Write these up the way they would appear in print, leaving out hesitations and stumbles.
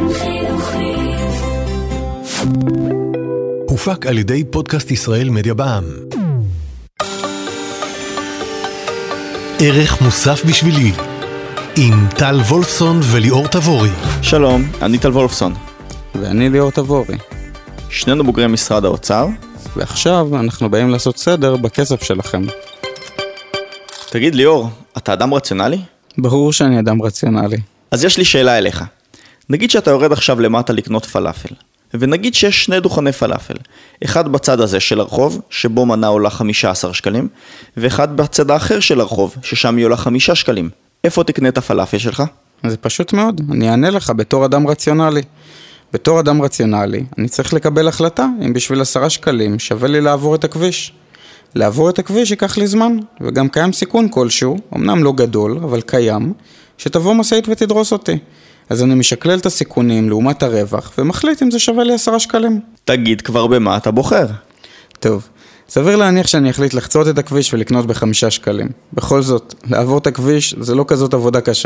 הופק על ידי פודקאסט ישראל מדיה בע"מ. ערך מוסף בשבילי עם טל וולפסון וליאור תבורי. שלום, אני טל וולפסון. ואני ליאור תבורי. שנינו בוגרי משרד האוצר. ועכשיו אנחנו באים לעשות סדר בכסף שלכם. תגיד ליאור, אתה אדם רציונלי? ברור שאני אדם רציונלי. אז יש לי שאלה אליך. נגיד שאתה יורד עכשיו למטה לקנות פלאפל. ונגיד שיש שני דוכני פלאפל. אחד בצד הזה של הרחוב, שבו מנה עולה 15 שקלים, ואחד בצד האחר של הרחוב, ששם היא עולה 5 שקלים. איפה תקנה את הפלאפל שלך? זה פשוט מאוד. אני אענה לך בתור אדם רציונלי. בתור אדם רציונלי, אני צריך לקבל החלטה אם בשביל 10 שקלים שווה לי לעבור את הכביש. לעבור את הכביש ייקח לי זמן, וגם קיים סיכון כלשהו, אמנם לא גדול, אבל קיים, שתבוא משאית ותדרוס אותי. אז אני משקלל את הסיכונים לעומת הרווח, ומחליט אם זה שווה לי 10 שקלים. תגיד כבר במה אתה בוחר. טוב, סביר להניח שאני אחליט לחצות את הכביש ולקנות ב5 שקלים. בכל זאת, לעבור את הכביש זה לא כזאת עבודה קשה.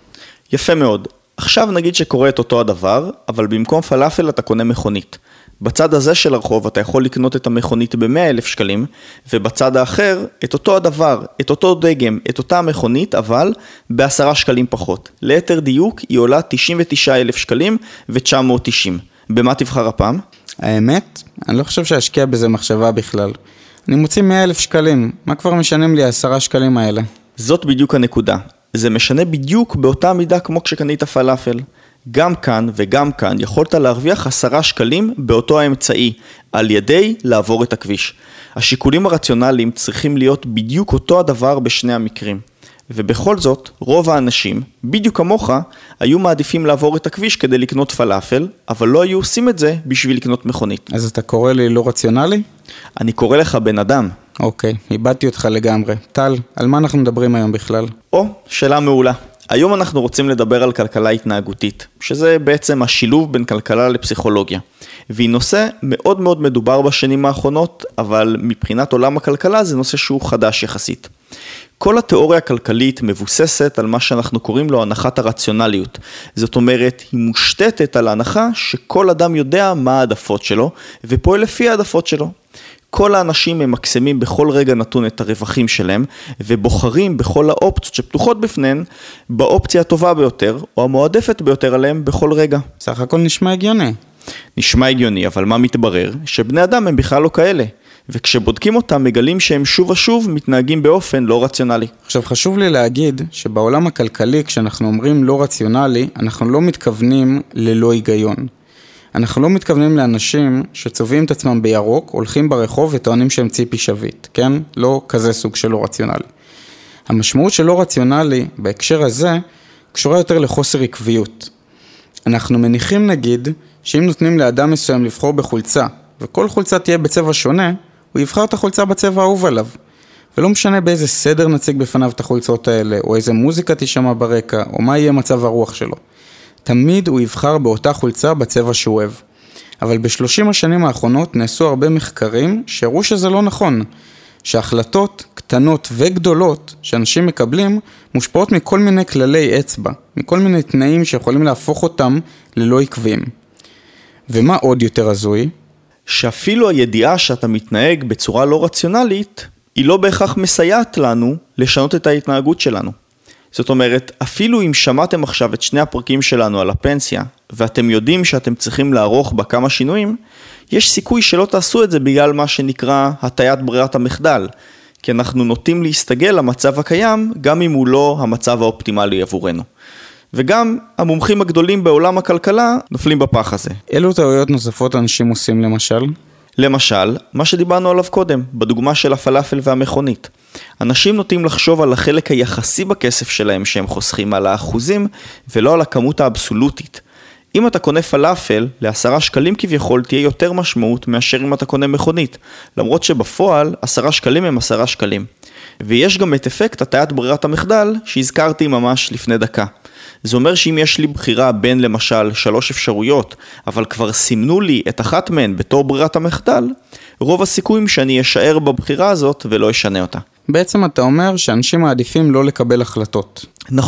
יפה מאוד. עכשיו נגיד שקורה את אותו הדבר, אבל במקום פלאפל אתה קונה מכונית. בצד הזה של הרחוב אתה יכול לקנות את המכונית ב100,000 שקלים, ובצד האחר את אותו הדבר, את אותו דגם, את אותה מכונית, אבל ב10 שקלים פחות. ליתר דיוק היא עולה 99,000 שקלים ו-990. במה תבחר הפעם? האמת, אני לא חושב שאשקיע בזה מחשבה בכלל. אני מוציא 100,000 שקלים, מה כבר משנים לי 10 שקלים האלה? זאת בדיוק הנקודה. זה משנה בדיוק באותה מידה כמו כשקנית פלאפל. גם כאן וגם כאן יכולת להרוויח 10 שקלים באותו האמצעי, על ידי לעבור את הכביש. השיקולים הרציונליים צריכים להיות בדיוק אותו הדבר בשני המקרים. ובכל זאת, רוב האנשים, בדיוק כמוך, היו מעדיפים לעבור את הכביש כדי לקנות פלאפל, אבל לא היו עושים את זה בשביל לקנות מכונית. אז אתה קורא לי לא רציונלי? אני קורא לך בן אדם. אוקיי, איבדתי אותך לגמרי. טל, על מה אנחנו מדברים היום בכלל? שאלה מעולה. היום אנחנו רוצים לדבר על כלכלה התנהגותית, שזה בעצם השילוב בין כלכלה לפסיכולוגיה. והיא נושא מאוד מאוד מדובר בשנים האחרונות, אבל מבחינת עולם הכלכלה זה נושא שהוא חדש יחסית. כל התיאוריה הכלכלית מבוססת על מה שאנחנו קוראים לו הנחת הרציונליות. זאת אומרת, היא מושתתת על ההנחה שכל אדם יודע מה העדפות שלו, ופועל לפי העדפות שלו. כל האנשים ממקסמים בכל רגע נתון את הרווחים שלהם, ובוחרים בכל האופציות שפתוחות בפניהן, באופציה הטובה ביותר, או המועדפת ביותר עליהם בכל רגע. סך הכל נשמע הגיוני. נשמע הגיוני, אבל מה מתברר? שבני אדם הם בכלל לא כאלה. וכשבודקים אותם מגלים שהם שוב ושוב מתנהגים באופן לא רציונלי. עכשיו חשוב לי להגיד שבעולם הכלכלי כשאנחנו אומרים לא רציונלי, אנחנו לא מתכוונים ללא היגיון. אנחנו לא מתכוונים לאנשים שצובעים את עצמם בירוק, הולכים ברחוב וטוענים שהם ציפי שביט, כן? לא כזה סוג של לא רציונלי. המשמעות של לא רציונלי בהקשר הזה קשורה יותר לחוסר עקביות. אנחנו מניחים נגיד שאם נותנים לאדם מסוים לבחור בחולצה, וכל חולצה תהיה בצבע שונה, הוא יבחר את החולצה בצבע האהוב עליו. ולא משנה באיזה סדר נציג בפניו את החולצות האלה, או איזה מוזיקה תשמע ברקע, או מה יהיה מצב הרוח שלו. תמיד הוא יבחר באותה חולצה בצבע שהוא אוהב. אבל ב30 השנים האחרונות נעשו הרבה מחקרים שהראו שזה לא נכון. שהחלטות קטנות וגדולות שאנשים מקבלים מושפעות מכל מיני כללי אצבע, מכל מיני תנאים שיכולים להפוך אותם ללא עקביים. ומה עוד יותר הזוי? שאפילו הידיעה שאתה מתנהג בצורה לא רציונלית, היא לא בהכרח מסייעת לנו לשנות את ההתנהגות שלנו. זאת אומרת, אפילו אם שמעתם עכשיו את שני הפרקים שלנו על הפנסיה, ואתם יודעים שאתם צריכים לערוך בה כמה שינויים, יש סיכוי שלא תעשו את זה בגלל מה שנקרא הטיית ברירת המחדל, כי אנחנו נוטים להסתגל למצב הקיים, גם אם הוא לא המצב האופטימלי עבורנו. וגם המומחים הגדולים בעולם הכלכלה נופלים בפח הזה. אילו טעויות נוספות אנשים עושים למשל? למשל, מה שדיברנו עליו קודם, בדוגמה של הפלאפל והמכונית. אנשים נוטים לחשוב על החלק היחסי בכסף שלהם שהם חוסכים, על האחוזים, ולא על הכמות האבסולוטית. אם אתה קונה פלאפל, ל10 שקלים כביכול תהיה יותר משמעות מאשר אם אתה קונה מכונית, למרות שבפועל 10 שקלים הם 10 שקלים. ויש גם את אפקט הטיית ברירת המחדל שהזכרתי ממש לפני דקה. זה אומר שאם יש לי בחירה בין למשל 3 אפשרויות, אבל כבר סימנו לי את אחת מהן בתור ברירת המחדל, רוב הסיכויים שאני אשאר בבחירה הזאת ולא אשנה אותה. בעצם אתה אומר שאנשים מעדיפים לא לקבל החלטות. נכון.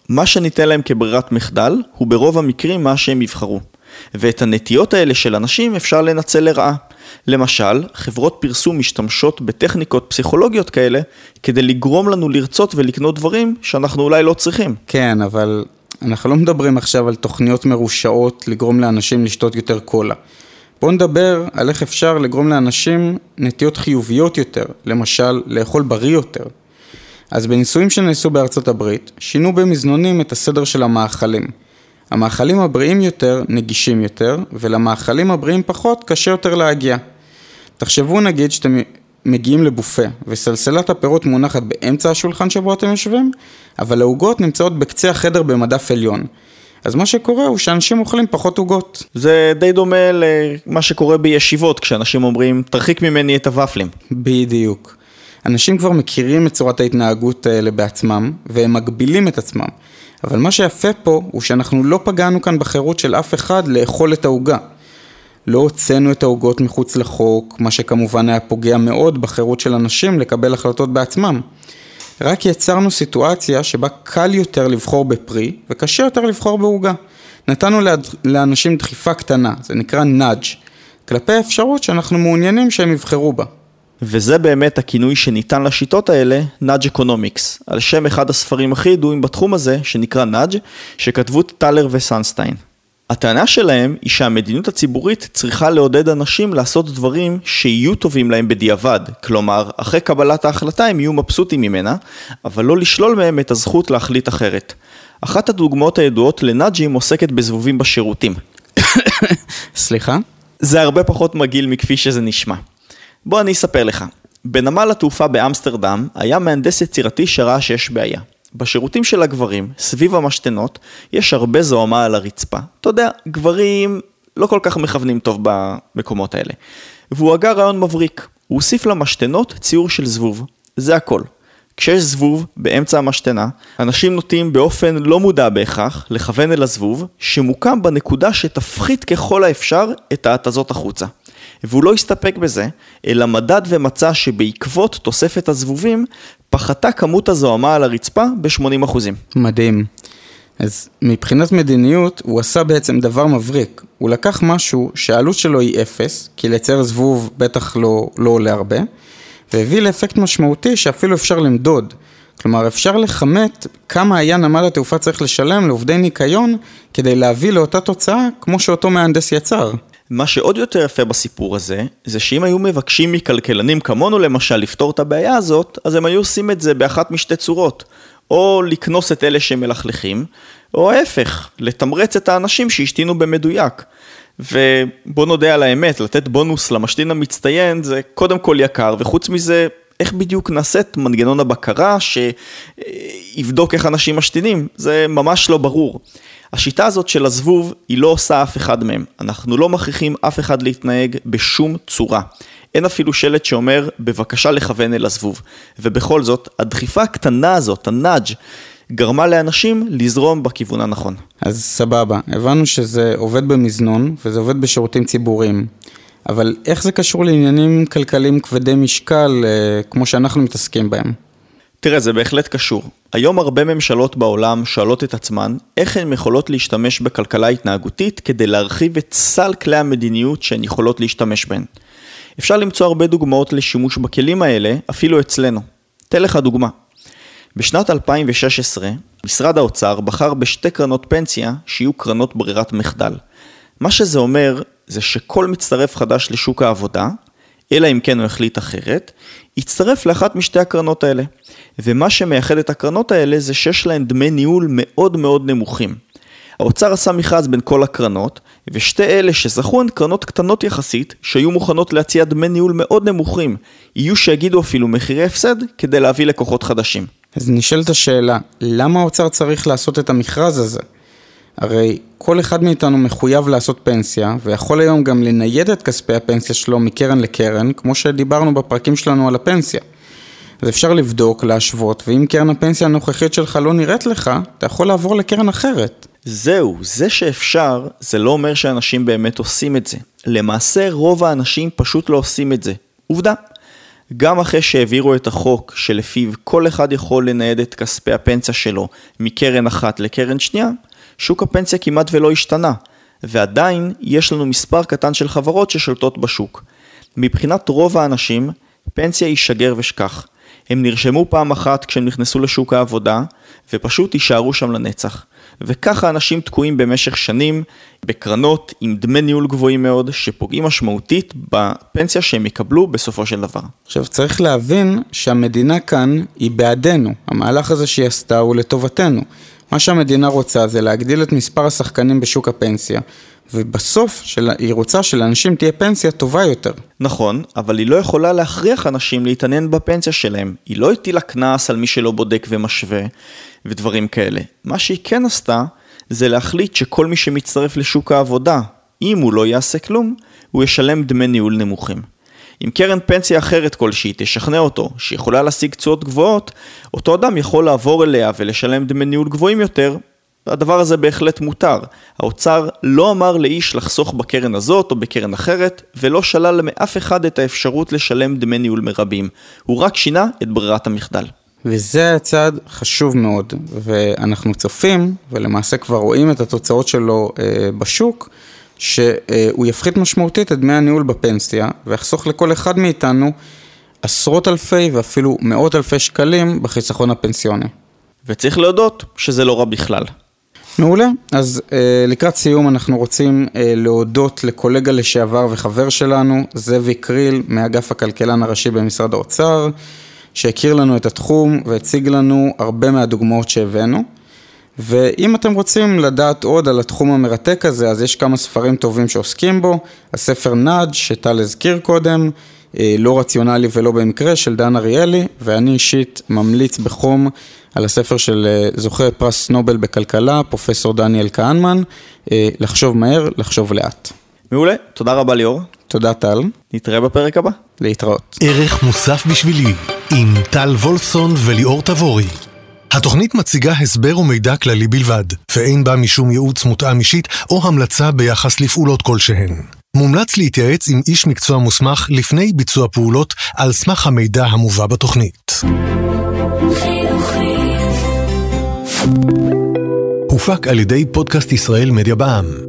מה שניתן להם כברירת מחדל הוא ברוב המקרים מה שהם יבחרו. ואת הנטיות האלה של אנשים אפשר לנצל לרעה. למשל, חברות פרסום משתמשות בטכניקות פסיכולוגיות כאלה כדי לגרום לנו לרצות ולקנות דברים שאנחנו אולי לא צריכים. כן, אבל אנחנו לא מדברים עכשיו על תוכניות מרושעות לגרום לאנשים לשתות יותר קולה. בואו נדבר על איך אפשר לגרום לאנשים נטיות חיוביות יותר, למשל לאכול בריא יותר. אז בניסויים שנעשו בארצות הברית, שינו במזנונים את הסדר של המאכלים. המאכלים הבריאים יותר נגישים יותר, ולמאכלים הבריאים פחות קשה יותר להגיע. תחשבו נגיד שאתם מגיעים לבופה, וסלסלת הפירות מונחת באמצע השולחן שבו אתם יושבים, אבל העוגות נמצאות בקצה החדר במדף עליון. אז מה שקורה הוא שאנשים אוכלים פחות עוגות. זה די דומה למה שקורה בישיבות, כשאנשים אומרים, תרחיק ממני את הוואפלים. בדיוק. אנשים כבר מכירים את צורת ההתנהגות האלה בעצמם, והם מגבילים את עצמם. אבל מה שיפה פה הוא שאנחנו לא פגענו כאן בחירות של אף אחד לאכול את העוגה. לא הוצאנו את העוגות מחוץ לחוק, מה שכמובן היה פוגע מאוד בחירות של אנשים לקבל החלטות בעצמם. רק יצרנו סיטואציה שבה קל יותר לבחור בפרי וקשה יותר לבחור בעוגה. נתנו לאנשים דחיפה קטנה, זה נקרא נאג', כלפי האפשרות שאנחנו מעוניינים שהם יבחרו בה. וזה באמת הכינוי שניתן לשיטות האלה, נאג' אקונומיקס, על שם אחד הספרים הכי ידועים בתחום הזה, שנקרא נאג', שכתבו טלר וסנסטיין. הטענה שלהם היא שהמדיניות הציבורית צריכה לעודד אנשים לעשות דברים שיהיו טובים להם בדיעבד, כלומר, אחרי קבלת ההחלטה הם יהיו מבסוטים ממנה, אבל לא לשלול מהם את הזכות להחליט אחרת. אחת הדוגמאות הידועות לנאג'ים עוסקת בזבובים בשירותים. סליחה? זה הרבה פחות מגעיל מכפי שזה נשמע. בוא אני אספר לך. בנמל התעופה באמסטרדם היה מהנדס יצירתי שראה שיש בעיה. בשירותים של הגברים, סביב המשתנות, יש הרבה זוהמה על הרצפה. אתה יודע, גברים לא כל כך מכוונים טוב במקומות האלה. והוא הגה רעיון מבריק. הוא הוסיף למשתנות ציור של זבוב. זה הכל. כשיש זבוב באמצע המשתנה, אנשים נוטים באופן לא מודע בהכרח לכוון אל הזבוב, שמוקם בנקודה שתפחית ככל האפשר את ההתזות החוצה. והוא לא הסתפק בזה, אלא מדד ומצא שבעקבות תוספת הזבובים, פחתה כמות הזוהמה על הרצפה ב-80%. מדהים. אז מבחינת מדיניות, הוא עשה בעצם דבר מבריק. הוא לקח משהו שהעלות שלו היא 0, כי לייצר זבוב בטח לא עולה הרבה, והביא לאפקט משמעותי שאפילו אפשר למדוד. כלומר, אפשר לכמת כמה היה נמל התעופה צריך לשלם לעובדי ניקיון, כדי להביא לאותה תוצאה כמו שאותו מהנדס יצר. מה שעוד יותר יפה בסיפור הזה, זה שאם היו מבקשים מכלכלנים כמונו למשל לפתור את הבעיה הזאת, אז הם היו עושים את זה באחת משתי צורות. או לקנוס את אלה שמלכלכים, או ההפך, לתמרץ את האנשים שהשתינו במדויק. ובוא נודה על האמת, לתת בונוס למשתין המצטיין זה קודם כל יקר, וחוץ מזה, איך בדיוק נעשית מנגנון הבקרה שיבדוק איך אנשים משתינים? זה ממש לא ברור. השיטה הזאת של הזבוב היא לא עושה אף אחד מהם. אנחנו לא מכריחים אף אחד להתנהג בשום צורה. אין אפילו שלט שאומר בבקשה לכוון אל הזבוב. ובכל זאת, הדחיפה הקטנה הזאת, הנאג', גרמה לאנשים לזרום בכיוון הנכון. אז סבבה, הבנו שזה עובד במזנון וזה עובד בשירותים ציבוריים. אבל איך זה קשור לעניינים כלכליים כבדי משקל כמו שאנחנו מתעסקים בהם? תראה, זה בהחלט קשור. היום הרבה ממשלות בעולם שואלות את עצמן איך הן יכולות להשתמש בכלכלה התנהגותית כדי להרחיב את סל כלי המדיניות שהן יכולות להשתמש בהן. אפשר למצוא הרבה דוגמאות לשימוש בכלים האלה, אפילו אצלנו. תן לך דוגמה. בשנת 2016, משרד האוצר בחר בשתי קרנות פנסיה שיהיו קרנות ברירת מחדל. מה שזה אומר זה שכל מצטרף חדש לשוק העבודה, אלא אם כן הוא החליט אחרת, יצטרף לאחת משתי הקרנות האלה. ומה שמייחד את הקרנות האלה זה שיש להן דמי ניהול מאוד מאוד נמוכים. האוצר עשה מכרז בין כל הקרנות, ושתי אלה שזכו הן קרנות קטנות יחסית, שהיו מוכנות להציע דמי ניהול מאוד נמוכים, יהיו שיגידו אפילו מחירי הפסד כדי להביא לקוחות חדשים. אז נשאלת השאלה, למה האוצר צריך לעשות את המכרז הזה? הרי כל אחד מאיתנו מחויב לעשות פנסיה, ויכול היום גם לנייד את כספי הפנסיה שלו מקרן לקרן, כמו שדיברנו בפרקים שלנו על הפנסיה. אז אפשר לבדוק, להשוות, ואם קרן הפנסיה הנוכחית שלך לא נראית לך, אתה יכול לעבור לקרן אחרת. זהו, זה שאפשר, זה לא אומר שאנשים באמת עושים את זה. למעשה רוב האנשים פשוט לא עושים את זה. עובדה. גם אחרי שהעבירו את החוק שלפיו כל אחד יכול לנייד את כספי הפנסיה שלו מקרן אחת לקרן שנייה, שוק הפנסיה כמעט ולא השתנה, ועדיין יש לנו מספר קטן של חברות ששולטות בשוק. מבחינת רוב האנשים, פנסיה היא שגר ושכח. הם נרשמו פעם אחת כשהם נכנסו לשוק העבודה, ופשוט יישארו שם לנצח. וככה אנשים תקועים במשך שנים בקרנות עם דמי ניהול גבוהים מאוד, שפוגעים משמעותית בפנסיה שהם יקבלו בסופו של דבר. עכשיו צריך להבין שהמדינה כאן היא בעדנו. המהלך הזה שהיא עשתה הוא לטובתנו. מה שהמדינה רוצה זה להגדיל את מספר השחקנים בשוק הפנסיה, ובסוף היא רוצה שלאנשים תהיה פנסיה טובה יותר. נכון, אבל היא לא יכולה להכריח אנשים להתעניין בפנסיה שלהם. היא לא הטילה קנס על מי שלא בודק ומשווה ודברים כאלה. מה שהיא כן עשתה זה להחליט שכל מי שמצטרף לשוק העבודה, אם הוא לא יעשה כלום, הוא ישלם דמי ניהול נמוכים. אם קרן פנסיה אחרת כלשהי תשכנע אותו שיכולה להשיג תשואות גבוהות, אותו אדם יכול לעבור אליה ולשלם דמי ניהול גבוהים יותר. הדבר הזה בהחלט מותר. האוצר לא אמר לאיש לחסוך בקרן הזאת או בקרן אחרת, ולא שלל מאף אחד את האפשרות לשלם דמי ניהול מרבים. הוא רק שינה את ברירת המחדל. וזה הצעד חשוב מאוד, ואנחנו צופים, ולמעשה כבר רואים את התוצאות שלו בשוק, שהוא יפחית משמעותית את דמי הניהול בפנסיה, ויחסוך לכל אחד מאיתנו עשרות אלפי ואפילו מאות אלפי שקלים בחיסכון הפנסיוני. וצריך להודות שזה לא רע בכלל. מעולה, אז לקראת סיום אנחנו רוצים להודות לקולגה לשעבר וחבר שלנו, זאבי קריל מאגף הכלכלן הראשי במשרד האוצר, שהכיר לנו את התחום והציג לנו הרבה מהדוגמאות שהבאנו. ואם אתם רוצים לדעת עוד על התחום המרתק הזה, אז יש כמה ספרים טובים שעוסקים בו. הספר נאג' שטל הזכיר קודם, לא רציונלי ולא במקרה, של דן אריאלי, ואני אישית ממליץ בחום על הספר של זוכה פרס נובל בכלכלה, פרופסור דניאל כהנמן, לחשוב מהר, לחשוב לאט. מעולה, תודה רבה ליאור. תודה טל. נתראה בפרק הבא. להתראות. ערך מוסף בשבילי, עם טל וולפסון וליאור תבורי. התוכנית מציגה הסבר ומידע כללי בלבד, ואין בה משום ייעוץ מותאם אישית או המלצה ביחס לפעולות כלשהן. מומלץ להתייעץ עם איש מקצוע מוסמך לפני ביצוע פעולות על סמך המידע המובא בתוכנית. הופק על ידי פודקאסט ישראל מדיה בע"מ.